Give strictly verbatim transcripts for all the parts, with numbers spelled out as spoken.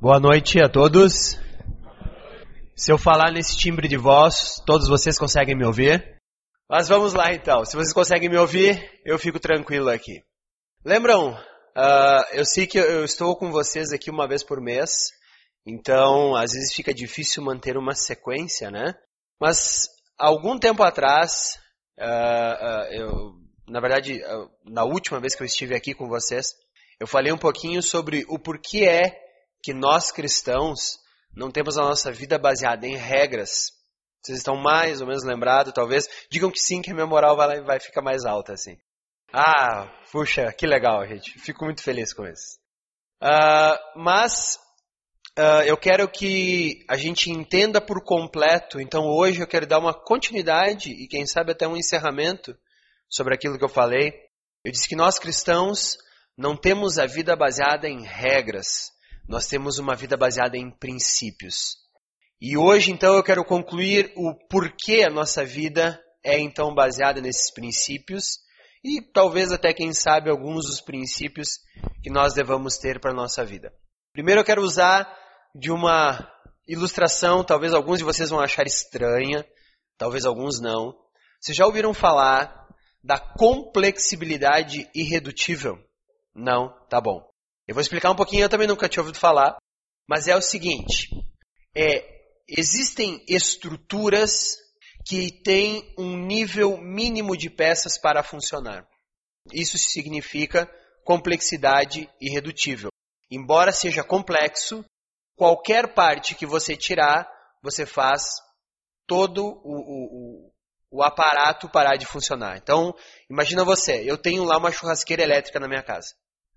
Boa noite a todos. Se eu falar nesse timbre de voz, todos vocês conseguem me ouvir? Mas vamos lá então. Se vocês conseguem me ouvir, eu fico tranquilo aqui. Lembram? Uh, eu sei que eu estou com vocês aqui uma vez por mês, então às vezes fica difícil manter uma sequência, né? Mas algum tempo atrás, uh, uh, eu, na verdade, uh, na última vez que eu estive aqui com vocês, eu falei um pouquinho sobre o porquê é que nós cristãos não temos a nossa vida baseada em regras. Vocês estão mais ou menos lembrados, talvez? Digam que sim, que a minha moral vai, vai ficar mais alta, assim. Ah, puxa, que legal, gente. Fico muito feliz com isso. Uh, mas uh, eu quero que a gente entenda por completo. Então hoje eu quero dar uma continuidade e quem sabe até um encerramento sobre aquilo que eu falei. Eu disse que nós cristãos não temos a vida baseada em regras. Nós temos uma vida baseada em princípios. E hoje, então, eu quero concluir o porquê a nossa vida é, então, baseada nesses princípios e talvez até, quem sabe, alguns dos princípios que nós devamos ter para a nossa vida. Primeiro, eu quero usar de uma ilustração, talvez alguns de vocês vão achar estranha, talvez alguns não. Vocês já ouviram falar da complexibilidade irredutível? Não? Tá bom. Eu vou explicar um pouquinho, eu também nunca tinha ouvido falar, mas é o seguinte, é, existem estruturas que têm um nível mínimo de peças para funcionar. Isso significa complexidade irredutível. Embora seja complexo, qualquer parte que você tirar, você faz todo o, o, o, o aparato parar de funcionar. Então, imagina você, eu tenho lá uma churrasqueira elétrica na minha casa.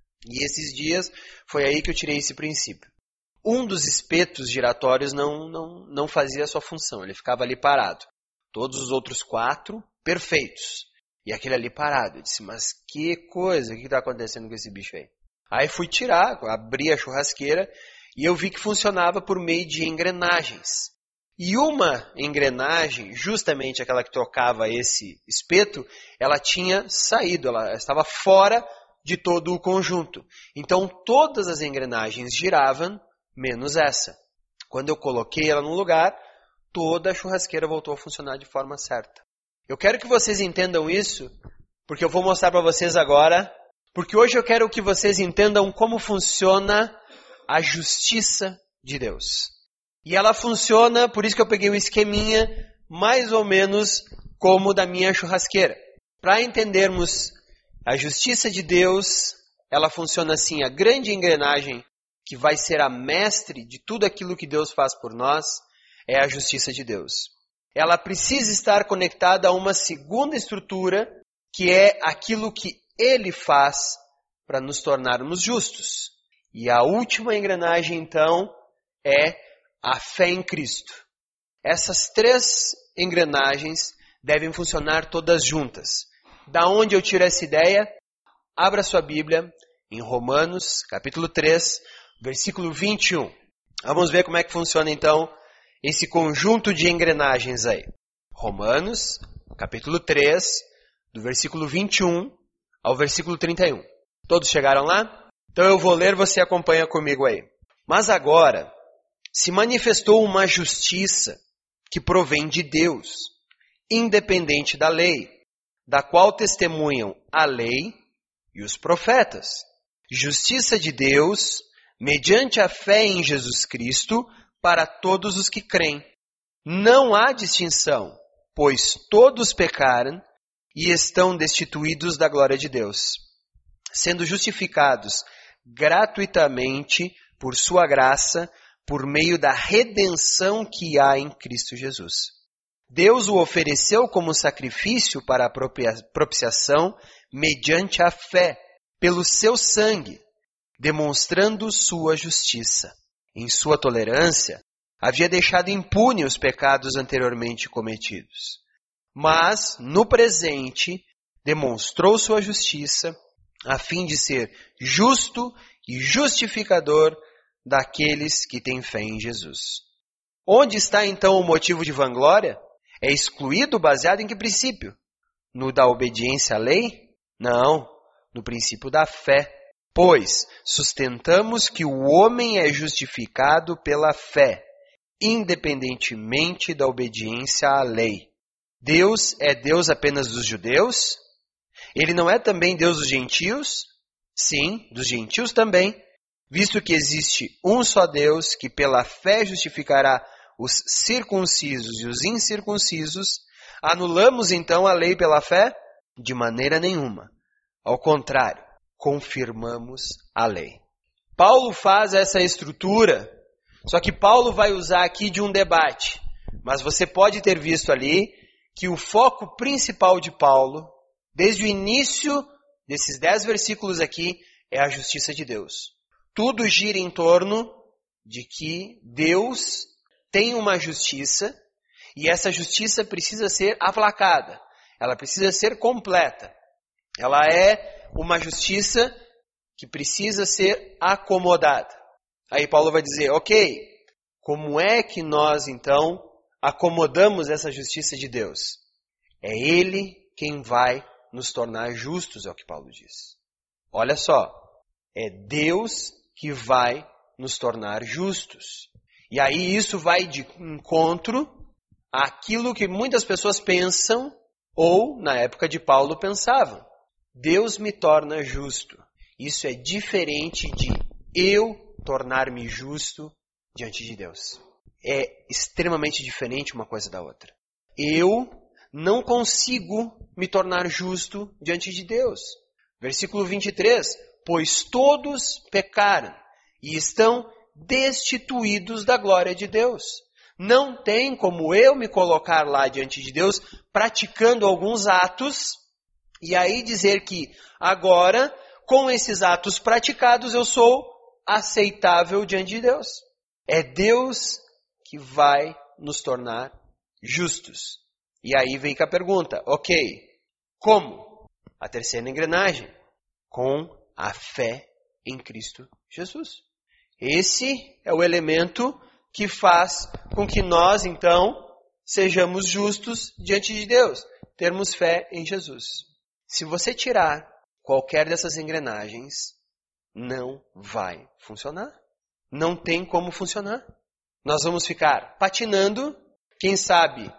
E esses dias foi aí que eu tirei esse princípio. Um dos espetos giratórios não, não, não fazia a sua função, ele ficava ali parado. Todos os outros quatro, perfeitos. E aquele ali parado. Eu disse, mas que coisa, o que está acontecendo com esse bicho aí? Aí fui tirar, abri a churrasqueira e eu vi que funcionava por meio de engrenagens. E uma engrenagem, justamente aquela que trocava esse espeto, ela tinha saído, ela estava fora de todo o conjunto. Então, todas as engrenagens giravam, menos essa. Quando eu coloquei ela no lugar, toda a churrasqueira voltou a funcionar de forma certa. Eu quero que vocês entendam isso, porque eu vou mostrar para vocês agora, porque hoje eu quero que vocês entendam como funciona a justiça de Deus. E ela funciona, por isso que eu peguei um esqueminha, mais ou menos como o da minha churrasqueira. Para entendermos a justiça de Deus, ela funciona assim, a grande engrenagem que vai ser a mestre de tudo aquilo que Deus faz por nós, é a justiça de Deus. Ela precisa estar conectada a uma segunda estrutura, que é aquilo que Ele faz para nos tornarmos justos. E a última engrenagem, então, é a fé em Cristo. Essas três engrenagens devem funcionar todas juntas. Da onde eu tiro essa ideia? Abra sua Bíblia em Romanos, capítulo três, versículo vinte e um. Vamos ver como é que funciona então esse conjunto de engrenagens aí. Romanos, capítulo três, do versículo vinte e um ao versículo trinta e um. Todos chegaram lá? Então eu vou ler, você acompanha comigo aí. Mas agora se manifestou uma justiça que provém de Deus, independente da lei, da qual testemunham a lei e os profetas. Justiça de Deus, mediante a fé em Jesus Cristo, para todos os que creem. Não há distinção, pois todos pecaram e estão destituídos da glória de Deus, sendo justificados gratuitamente por sua graça, por meio da redenção que há em Cristo Jesus. Deus o ofereceu como sacrifício para a propiciação mediante a fé, pelo seu sangue, demonstrando sua justiça. Em sua tolerância, havia deixado impune os pecados anteriormente cometidos. Mas, no presente, demonstrou sua justiça, a fim de ser justo e justificador daqueles que têm fé em Jesus. Onde está então o motivo de vanglória? É excluído baseado em que princípio? No da obediência à lei? Não, no princípio da fé. Pois sustentamos que o homem é justificado pela fé, independentemente da obediência à lei. Deus é Deus apenas dos judeus? Ele não é também Deus dos gentios? Sim, dos gentios também, visto que existe um só Deus que pela fé justificará os circuncisos e os incircuncisos. Anulamos então a lei pela fé? De maneira nenhuma. Ao contrário, confirmamos a lei. Paulo faz essa estrutura, só que Paulo vai usar aqui de um debate. Mas você pode ter visto ali que o foco principal de Paulo, desde o início desses dez versículos aqui, é a justiça de Deus. Tudo gira em torno de que Deus tem uma justiça e essa justiça precisa ser aplacada. Ela precisa ser completa. Ela é uma justiça que precisa ser acomodada. Aí Paulo vai dizer, ok, como é que nós então acomodamos essa justiça de Deus? É Ele quem vai nos tornar justos, é o que Paulo diz. Olha só, é Deus que vai nos tornar justos. E aí isso vai de encontro àquilo que muitas pessoas pensam, ou na época de Paulo pensavam. Deus me torna justo. Isso é diferente de eu tornar-me justo diante de Deus. É extremamente diferente uma coisa da outra. Eu não consigo me tornar justo diante de Deus. Versículo vinte e três. Pois todos pecaram e estão destituídos da glória de Deus. Não tem como eu me colocar lá diante de Deus praticando alguns atos e aí dizer que agora, com esses atos praticados, eu sou aceitável diante de Deus. É Deus que vai nos tornar justos. E aí vem com a pergunta, ok, como? A terceira engrenagem, com a fé em Cristo Jesus. Esse é o elemento que faz com que nós, então, sejamos justos diante de Deus. Termos fé em Jesus. Se você tirar qualquer dessas engrenagens, não vai funcionar. Não tem como funcionar. Nós vamos ficar patinando, quem sabe,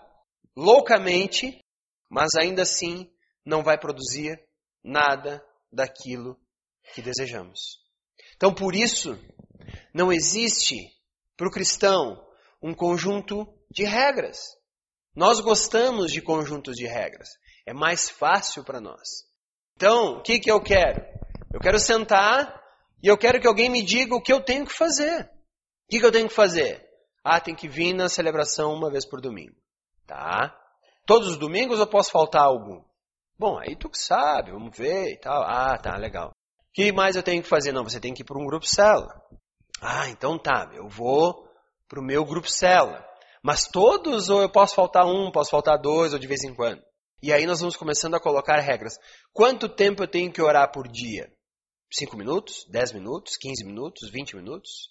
loucamente, mas ainda assim não vai produzir nada daquilo que desejamos. Então, por isso, não existe para o cristão um conjunto de regras. Nós gostamos de conjuntos de regras. É mais fácil para nós. Então, o que, que eu quero? Eu quero sentar e eu quero que alguém me diga o que eu tenho que fazer. O que, que eu tenho que fazer? Ah, tem que vir na celebração uma vez por domingo. Tá? Todos os domingos eu posso faltar algum? Bom, aí tu que sabe, vamos ver e tal. Ah, tá, legal. O que mais eu tenho que fazer? Não, você tem que ir para um grupo célula. Ah, então tá, eu vou para o meu grupo célula. Mas todos, ou eu posso faltar um, posso faltar dois, ou de vez em quando. E aí nós vamos começando a colocar regras. Quanto tempo eu tenho que orar por dia? Cinco minutos? Dez minutos? Quinze minutos? Vinte minutos?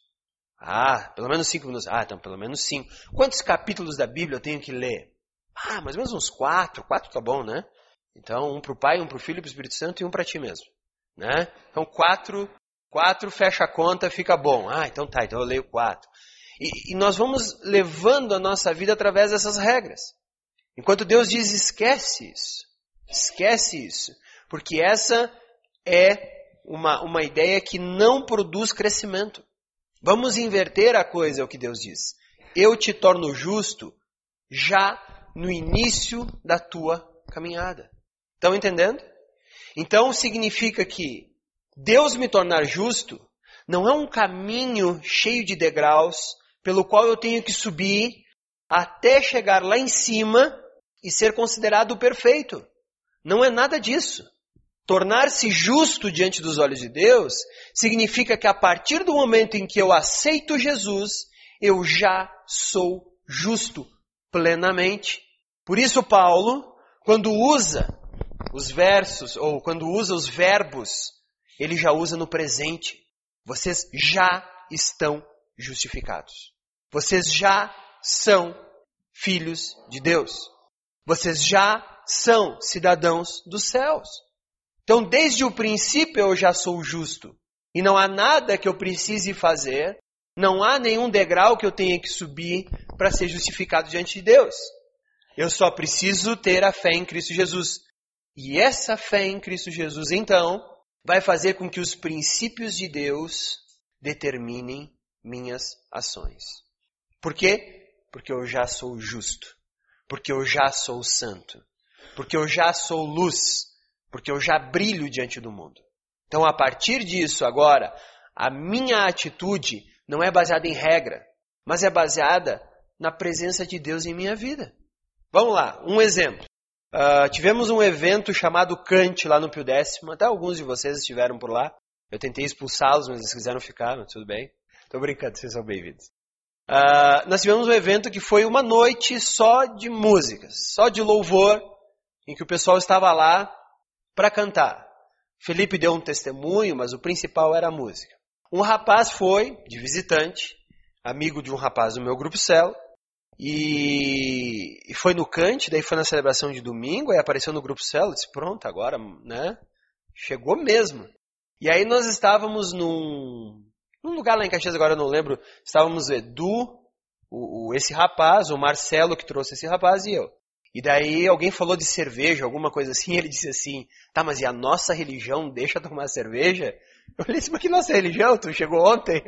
Ah, pelo menos cinco minutos. Ah, então pelo menos cinco. Quantos capítulos da Bíblia eu tenho que ler? Ah, mais ou menos uns quatro. Quatro tá bom, né? Então, um para o Pai, um para o Filho e para o Espírito Santo e um para ti mesmo. Né? Então, quatro, quatro fecha a conta, fica bom. Ah, então tá, então eu leio quatro. E, e nós vamos levando a nossa vida através dessas regras. Enquanto Deus diz, esquece isso. Esquece isso. Porque essa é uma, uma ideia que não produz crescimento. Vamos inverter a coisa, é o que Deus diz. Eu te torno justo já no início da tua caminhada. Estão entendendo? Então significa que Deus me tornar justo não é um caminho cheio de degraus pelo qual eu tenho que subir até chegar lá em cima e ser considerado perfeito. Não é nada disso. Tornar-se justo diante dos olhos de Deus significa que a partir do momento em que eu aceito Jesus, eu já sou justo plenamente. Por isso Paulo, quando usa os versos, ou quando usa os verbos, ele já usa no presente. Vocês já estão justificados. Vocês já são filhos de Deus. Vocês já são cidadãos dos céus. Então, desde o princípio eu já sou justo. E não há nada que eu precise fazer, não há nenhum degrau que eu tenha que subir para ser justificado diante de Deus. Eu só preciso ter a fé em Cristo Jesus. E essa fé em Cristo Jesus, então, vai fazer com que os princípios de Deus determinem minhas ações. Por quê? Porque eu já sou justo. Porque eu já sou santo. Porque eu já sou luz. Porque eu já brilho diante do mundo. Então, a partir disso, agora, a minha atitude não é baseada em regra, mas é baseada na presença de Deus em minha vida. Vamos lá, um exemplo. Uh, tivemos um evento chamado Cante lá no Pio Décimo. Até alguns de vocês estiveram por lá. Eu tentei expulsá-los, mas eles quiseram ficar, mas tudo bem. Estou brincando, vocês são bem-vindos. Uh, nós tivemos um evento que foi uma noite só de músicas, só de louvor, em que o pessoal estava lá para cantar. Felipe deu um testemunho, mas o principal era a música. Um rapaz foi, de visitante, amigo de um rapaz do meu grupo Célula, e foi no Cante, daí foi na celebração de domingo, aí apareceu no grupo Célula, disse, pronto, agora, né, chegou mesmo. E aí nós estávamos num, num lugar lá em Caxias, agora eu não lembro, estávamos o Edu, o, o, esse rapaz, o Marcelo que trouxe esse rapaz e eu. E daí alguém falou de cerveja, alguma coisa assim, e ele disse assim, tá, mas e a nossa religião deixa tomar cerveja? Eu falei assim, mas que nossa religião? Tu chegou ontem?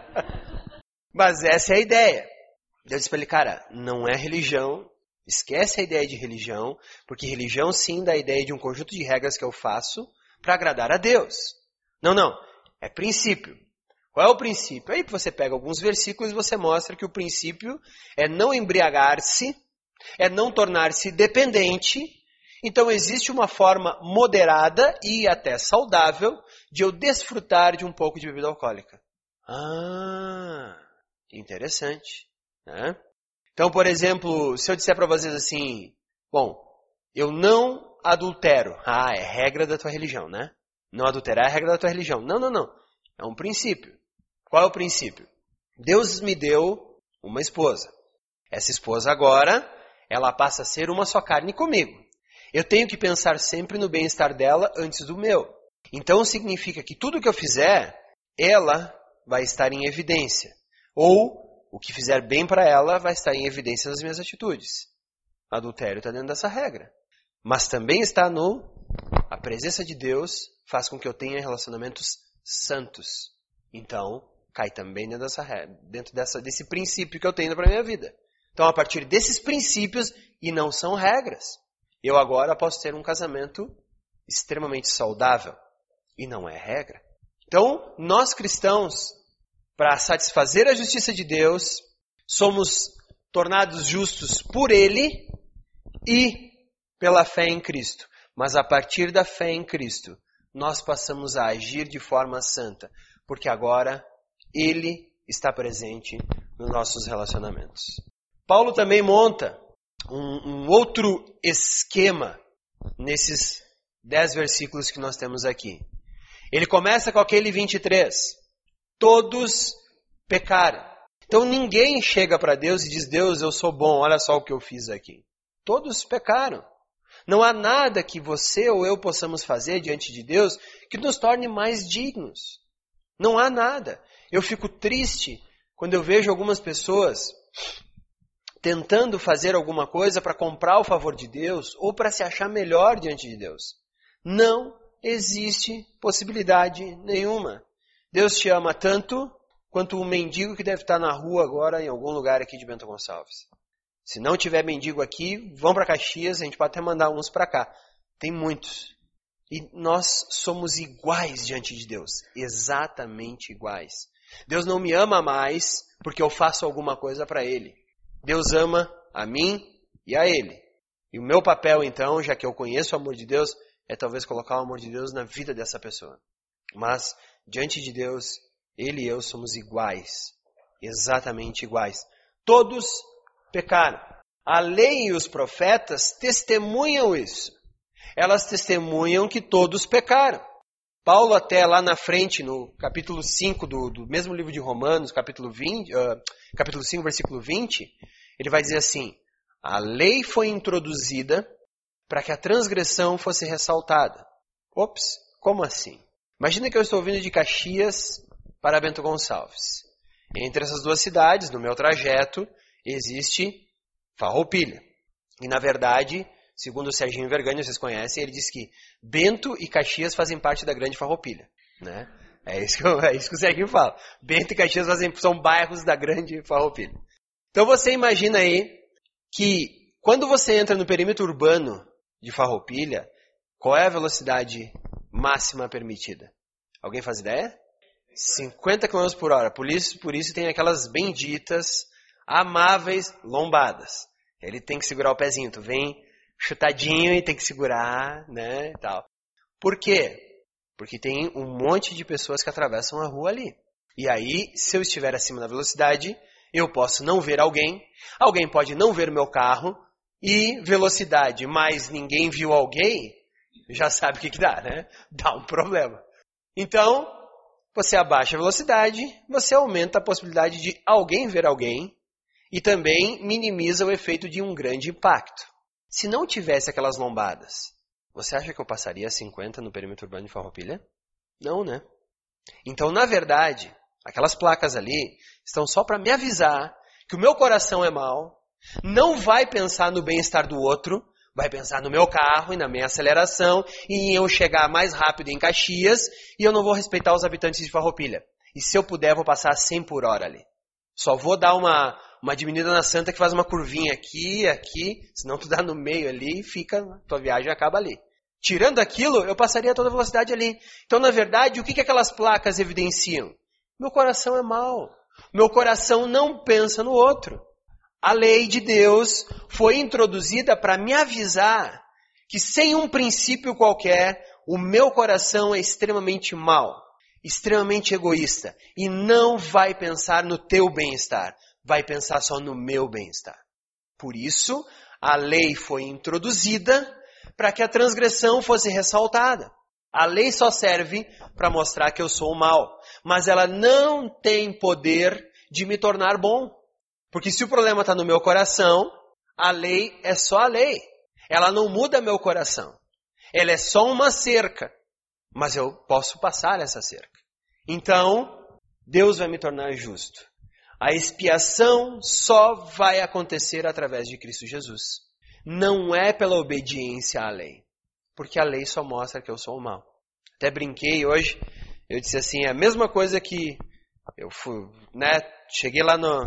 Mas essa é a ideia. Eu disse para ele, cara, não é religião, esquece a ideia de religião, porque religião sim dá a ideia de um conjunto de regras que eu faço para agradar a Deus. Não, não, é princípio. Qual é o princípio? Aí você pega alguns versículos e você mostra que o princípio é não embriagar-se, é não tornar-se dependente. Então existe uma forma moderada e até saudável de eu desfrutar de um pouco de bebida alcoólica. Ah, interessante. Né? Então, por exemplo, se eu disser para vocês assim, bom, eu não adultero. Ah, é regra da tua religião, né? Não adulterar é regra da tua religião. Não, não, não. É um princípio. Qual é o princípio? Deus me deu uma esposa. Essa esposa agora, ela passa a ser uma só carne comigo. Eu tenho que pensar sempre no bem-estar dela antes do meu. Então significa que tudo que eu fizer, ela vai estar em evidência. Ou o que fizer bem para ela vai estar em evidência nas minhas atitudes. Adultério está dentro dessa regra. Mas também está no... A presença de Deus faz com que eu tenha relacionamentos santos. Então, cai também dentro, dessa, dentro dessa, desse princípio que eu tenho para a minha vida. Então, a partir desses princípios, e não são regras, eu agora posso ter um casamento extremamente saudável. E não é regra. Então, nós cristãos, para satisfazer a justiça de Deus, somos tornados justos por Ele e pela fé em Cristo. Mas a partir da fé em Cristo, nós passamos a agir de forma santa, porque agora Ele está presente nos nossos relacionamentos. Paulo também monta um, um outro esquema nesses dez versículos que nós temos aqui. Ele começa com aquele vinte e três. Todos pecaram. Então ninguém chega para Deus e diz, Deus, eu sou bom, olha só o que eu fiz aqui. Todos pecaram. Não há nada que você ou eu possamos fazer diante de Deus que nos torne mais dignos. Não há nada. Eu fico triste quando eu vejo algumas pessoas tentando fazer alguma coisa para comprar o favor de Deus ou para se achar melhor diante de Deus. Não existe possibilidade nenhuma. Deus te ama tanto quanto o mendigo que deve estar na rua agora em algum lugar aqui de Bento Gonçalves. Se não tiver mendigo aqui, vão para Caxias, a gente pode até mandar uns para cá. Tem muitos. E nós somos iguais diante de Deus. Exatamente iguais. Deus não me ama mais porque eu faço alguma coisa para Ele. Deus ama a mim e a Ele. E o meu papel, então, já que eu conheço o amor de Deus, é talvez colocar o amor de Deus na vida dessa pessoa. Mas, diante de Deus, Ele e eu somos iguais. Exatamente iguais. Todos pecaram. A lei e os profetas testemunham isso. Elas testemunham que todos pecaram. Paulo até lá na frente, no capítulo cinco do, do mesmo livro de Romanos, capítulo, vinte, uh, capítulo cinco, versículo vinte, ele vai dizer assim, a lei foi introduzida para que a transgressão fosse ressaltada. Ops, como assim? Imagina que eu estou vindo de Caxias para Bento Gonçalves. Entre essas duas cidades, no meu trajeto, existe Farroupilha. E, na verdade, segundo o Serginho Vergani, vocês conhecem, ele diz que Bento e Caxias fazem parte da grande Farroupilha. Né? É, isso que eu, é isso que o Serginho fala. Bento e Caxias fazem, são bairros da grande Farroupilha. Então você imagina aí que quando você entra no perímetro urbano de Farroupilha, qual é a velocidade máxima permitida? Alguém faz ideia? cinquenta quilômetros por hora. Por isso, por isso tem aquelas benditas, amáveis lombadas. Ele tem que segurar o pezinho. Tu vem chutadinho e tem que segurar, né, e tal. Por quê? Porque tem um monte de pessoas que atravessam a rua ali. E aí, se eu estiver acima da velocidade, eu posso não ver alguém, alguém pode não ver meu carro, e velocidade, mas ninguém viu alguém, já sabe o que que dá, né? Dá um problema. Então, você abaixa a velocidade, você aumenta a possibilidade de alguém ver alguém, e também minimiza o efeito de um grande impacto. Se não tivesse aquelas lombadas, você acha que eu passaria a cinquenta no perímetro urbano de Farroupilha? Não, né? Então, na verdade, aquelas placas ali estão só para me avisar que o meu coração é mau, não vai pensar no bem-estar do outro, vai pensar no meu carro e na minha aceleração, e em eu chegar mais rápido em Caxias, e eu não vou respeitar os habitantes de Farroupilha. E se eu puder, eu vou passar a cem por hora ali. Só vou dar uma, uma diminuída na Santa que faz uma curvinha aqui, aqui, senão tu dá no meio ali e fica, tua viagem acaba ali. Tirando aquilo, eu passaria toda a velocidade ali. Então, na verdade, o que, que aquelas placas evidenciam? Meu coração é mau. Meu coração não pensa no outro. A lei de Deus foi introduzida para me avisar que sem um princípio qualquer, o meu coração é extremamente mau, extremamente egoísta e não vai pensar no teu bem-estar, vai pensar só no meu bem-estar. Por isso, a lei foi introduzida para que a transgressão fosse ressaltada. A lei só serve para mostrar que eu sou o mal, mas ela não tem poder de me tornar bom. Porque se o problema está no meu coração, a lei é só a lei. Ela não muda meu coração. Ela é só uma cerca, mas eu posso passar essa cerca. Então, Deus vai me tornar justo. A expiação só vai acontecer através de Cristo Jesus. Não é pela obediência à lei. Porque a lei só mostra que eu sou o mal. Até brinquei hoje, eu disse assim, a mesma coisa que eu fui, né, cheguei lá no,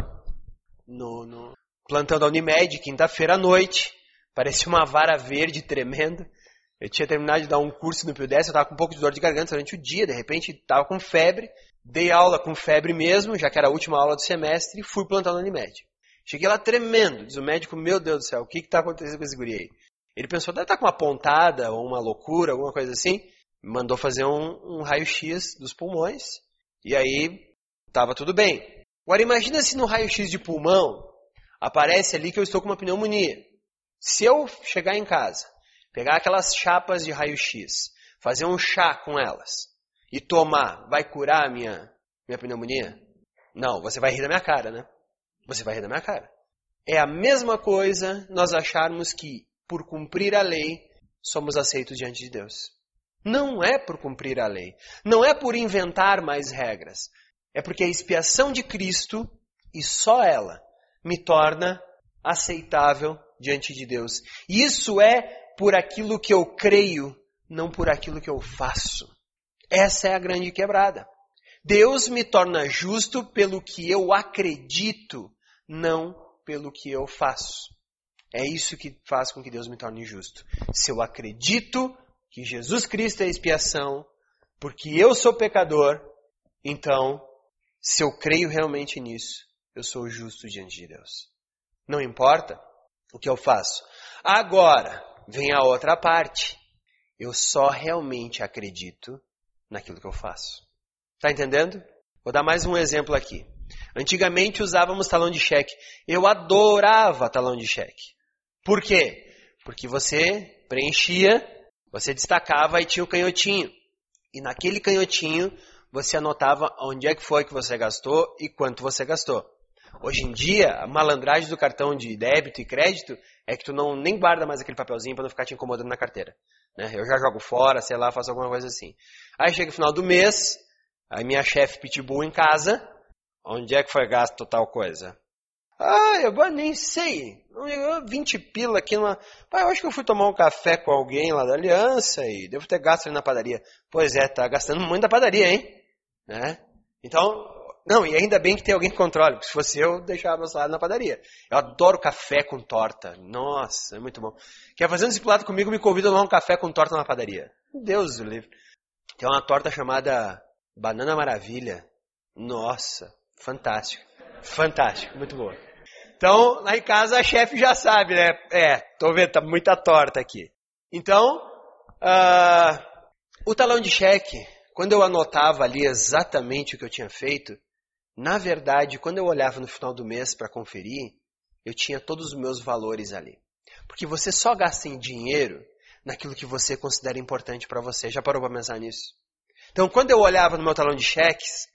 no, no plantão da Unimed, quinta-feira à noite, parecia uma vara verde tremenda. Eu tinha terminado de dar um curso no P U D E S, eu estava com um pouco de dor de garganta durante o dia, de repente estava com febre, dei aula com febre mesmo, já que era a última aula do semestre, e fui plantar na Unimed. Cheguei lá tremendo, diz o médico, meu Deus do céu, o que está acontecendo com esse guri aí? Ele pensou, deve estar com uma pontada ou uma loucura, alguma coisa assim, me mandou fazer um, um raio-x dos pulmões, e aí estava tudo bem. Agora imagina se no raio-x de pulmão aparece ali que eu estou com uma pneumonia. Se eu chegar em casa, pegar aquelas chapas de raio-x, fazer um chá com elas e tomar, vai curar a minha, minha pneumonia? Não, você vai rir da minha cara, né? Você vai rir da minha cara. É a mesma coisa nós acharmos que, por cumprir a lei, somos aceitos diante de Deus. Não é por cumprir a lei. Não é por inventar mais regras. É porque a expiação de Cristo, e só ela, me torna aceitável diante de Deus. Isso é por aquilo que eu creio, não por aquilo que eu faço. Essa é a grande quebrada. Deus me torna justo pelo que eu acredito, não pelo que eu faço. É isso que faz com que Deus me torne justo. Se eu acredito que Jesus Cristo é a expiação, porque eu sou pecador, então, se eu creio realmente nisso, eu sou justo diante de Deus. Não importa o que eu faço. Agora, vem a outra parte. Eu só realmente acredito naquilo que eu faço. Está entendendo? Vou dar mais um exemplo aqui. Antigamente usávamos talão de cheque. Eu adorava talão de cheque. Por quê? Porque você preenchia, você destacava e tinha o canhotinho. E naquele canhotinho você anotava onde é que foi que você gastou e quanto você gastou. Hoje em dia, a malandragem do cartão de débito e crédito é que tu não nem guarda mais aquele papelzinho para não ficar te incomodando na carteira. Né? Eu já jogo fora, sei lá, faço alguma coisa assim. Aí chega o final do mês, aí minha chefe pitbull em casa, onde é que foi gasto tal coisa? Ah, eu nem sei. vinte pila aqui numa... Pai, eu acho que eu fui tomar um café com alguém lá da Aliança e devo ter gasto ali na padaria. Pois é, tá gastando muito na padaria, hein? Né? Então, não, e ainda bem que tem alguém que controle, porque se fosse eu, deixava meu salário na padaria. Eu adoro café com torta. Nossa, é muito bom. Quer fazer um discipulado comigo, me convida a tomar um café com torta na padaria. Deus do livre. Tem uma torta chamada Banana Maravilha. Nossa, fantástico. Fantástico, muito boa. Então, lá em casa a chefe já sabe, né? É, tô vendo, tá muita torta aqui. Então, uh, o talão de cheque, quando eu anotava ali exatamente o que eu tinha feito, na verdade, quando eu olhava no final do mês para conferir, eu tinha todos os meus valores ali. Porque você só gasta em dinheiro naquilo que você considera importante para você. Já parou para pensar nisso? Então, quando eu olhava no meu talão de cheques,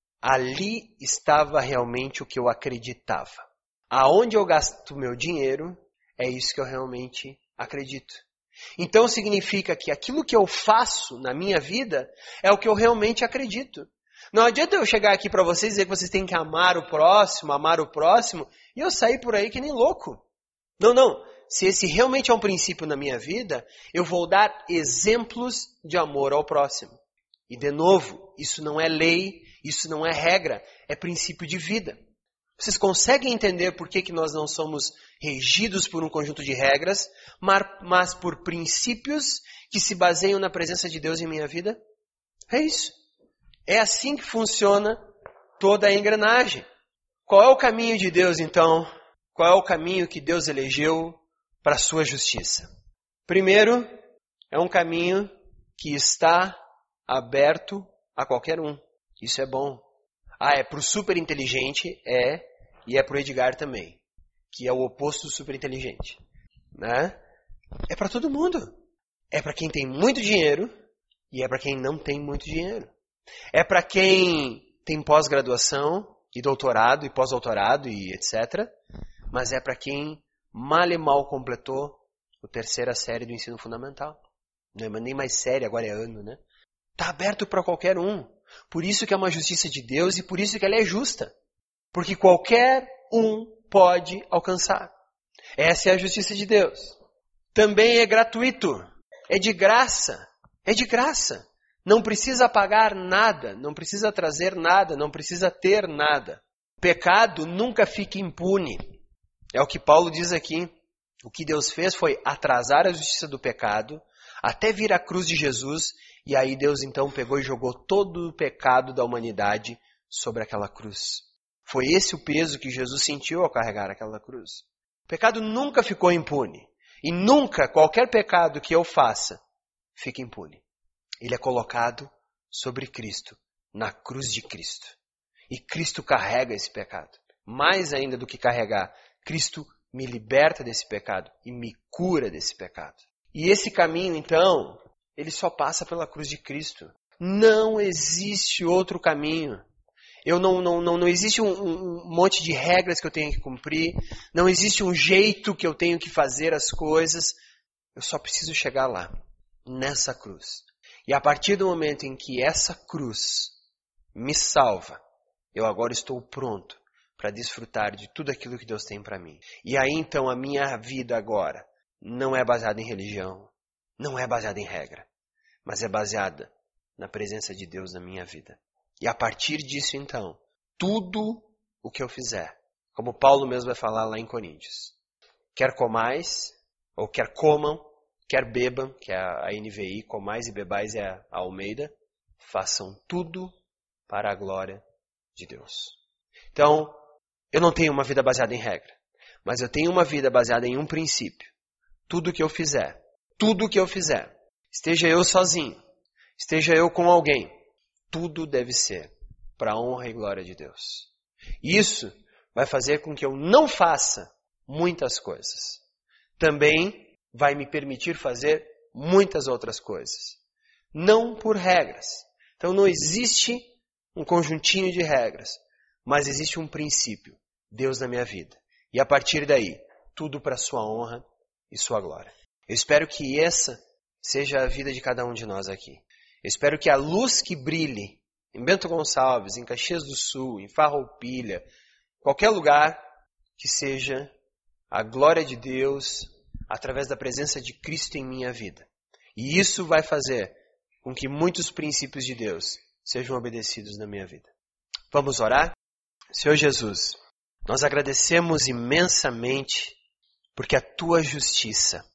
ali estava realmente o que eu acreditava. Aonde eu gasto meu dinheiro, é isso que eu realmente acredito. Então significa que aquilo que eu faço na minha vida é o que eu realmente acredito. Não adianta eu chegar aqui para vocês e dizer que vocês têm que amar o próximo, amar o próximo, e eu sair por aí que nem louco. Não, não. Se esse realmente é um princípio na minha vida, eu vou dar exemplos de amor ao próximo. E de novo, isso não é lei, isso não é regra, é princípio de vida. Vocês conseguem entender por que, que nós não somos regidos por um conjunto de regras, mas por princípios que se baseiam na presença de Deus em minha vida? É isso. É assim que funciona toda a engrenagem. Qual é o caminho de Deus, então? Qual é o caminho que Deus elegeu para a sua justiça? Primeiro, é um caminho que está aberto a qualquer um. Isso é bom. Ah, é para o super inteligente? É. E é para o Edgar também. Que é o oposto do super inteligente. Né? É para todo mundo. É para quem tem muito dinheiro e é para quem não tem muito dinheiro. É para quem tem pós-graduação e doutorado e pós-doutorado e etcétera. Mas é para quem mal e mal completou a terceira série do ensino fundamental. Não é nem mais série, agora é ano, né? Está aberto para qualquer um. Por isso que é uma justiça de Deus e por isso que ela é justa. Porque qualquer um pode alcançar. Essa é a justiça de Deus. Também é gratuito. É de graça. É de graça. Não precisa pagar nada. Não precisa trazer nada. Não precisa ter nada. Pecado nunca fica impune. É o que Paulo diz aqui. O que Deus fez foi atrasar a justiça do pecado até vir a cruz de Jesus. E aí Deus então pegou e jogou todo o pecado da humanidade sobre aquela cruz. Foi esse o peso que Jesus sentiu ao carregar aquela cruz. O pecado nunca ficou impune. E nunca qualquer pecado que eu faça fica impune. Ele é colocado sobre Cristo, na cruz de Cristo. E Cristo carrega esse pecado. Mais ainda do que carregar, Cristo me liberta desse pecado e me cura desse pecado. E esse caminho, então, ele só passa pela cruz de Cristo. Não existe outro caminho. Eu não, não, não, não existe um, um monte de regras que eu tenho que cumprir. Não existe um jeito que eu tenho que fazer as coisas. Eu só preciso chegar lá, nessa cruz. E a partir do momento em que essa cruz me salva, eu agora estou pronto para desfrutar de tudo aquilo que Deus tem para mim. E aí então a minha vida agora não é baseada em religião, não é baseada em regra, mas é baseada na presença de Deus na minha vida. E a partir disso, então, tudo o que eu fizer, como Paulo mesmo vai falar lá em Coríntios, quer comais, ou quer comam, quer bebam, que é a N V I, comais e bebais é a Almeida, façam tudo para a glória de Deus. Então, eu não tenho uma vida baseada em regra, mas eu tenho uma vida baseada em um princípio. Tudo o que eu fizer, tudo o que eu fizer, esteja eu sozinho, esteja eu com alguém, tudo deve ser para a honra e glória de Deus. Isso vai fazer com que eu não faça muitas coisas. Também vai me permitir fazer muitas outras coisas. Não por regras. Então não existe um conjuntinho de regras, mas existe um princípio. Deus na minha vida. E a partir daí, tudo para sua honra e sua glória. Eu espero que essa seja a vida de cada um de nós aqui. Eu espero que a luz que brilhe em Bento Gonçalves, em Caxias do Sul, em Farroupilha, qualquer lugar, que seja a glória de Deus através da presença de Cristo em minha vida. E isso vai fazer com que muitos princípios de Deus sejam obedecidos na minha vida. Vamos orar? Senhor Jesus, nós agradecemos imensamente porque a Tua justiça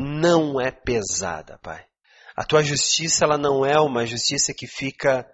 não é pesada, Pai. A Tua justiça, ela não é uma justiça que fica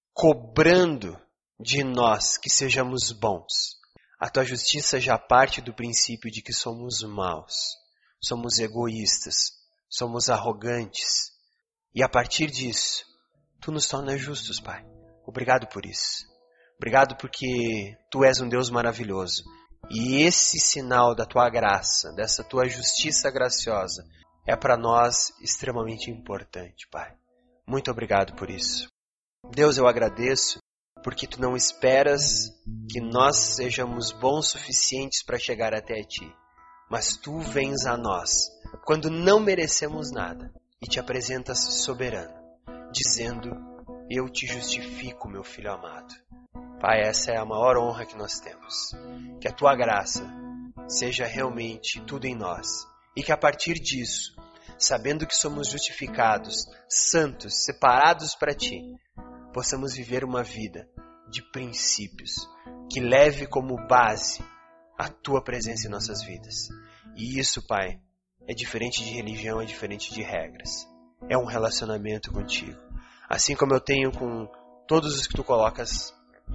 cobrando de nós que sejamos bons. A Tua justiça já parte do princípio de que somos maus, somos egoístas, somos arrogantes. E a partir disso, Tu nos tornas justos, Pai. Obrigado por isso. Obrigado porque Tu és um Deus maravilhoso. E esse sinal da Tua graça, dessa Tua justiça graciosa, é para nós extremamente importante, Pai. Muito obrigado por isso. Deus, eu agradeço porque Tu não esperas que nós sejamos bons suficientes para chegar até Ti. Mas Tu vens a nós quando não merecemos nada e Te apresentas soberano, dizendo: eu Te justifico, meu Filho amado. Pai, essa é a maior honra que nós temos. Que a Tua graça seja realmente tudo em nós. E que a partir disso, sabendo que somos justificados, santos, separados para Ti, possamos viver uma vida de princípios, que leve como base a Tua presença em nossas vidas. E isso, Pai, é diferente de religião, é diferente de regras. É um relacionamento contigo. Assim como eu tenho com todos os que Tu colocas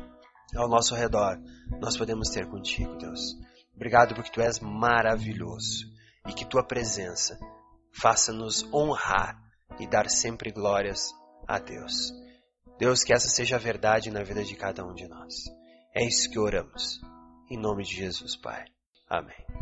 ao nosso redor, nós podemos ter contigo, Deus. Obrigado porque Tu és maravilhoso e que Tua presença faça-nos honrar e dar sempre glórias a Deus. Deus, que essa seja a verdade na vida de cada um de nós. É isso que oramos. Em nome de Jesus, Pai. Amém.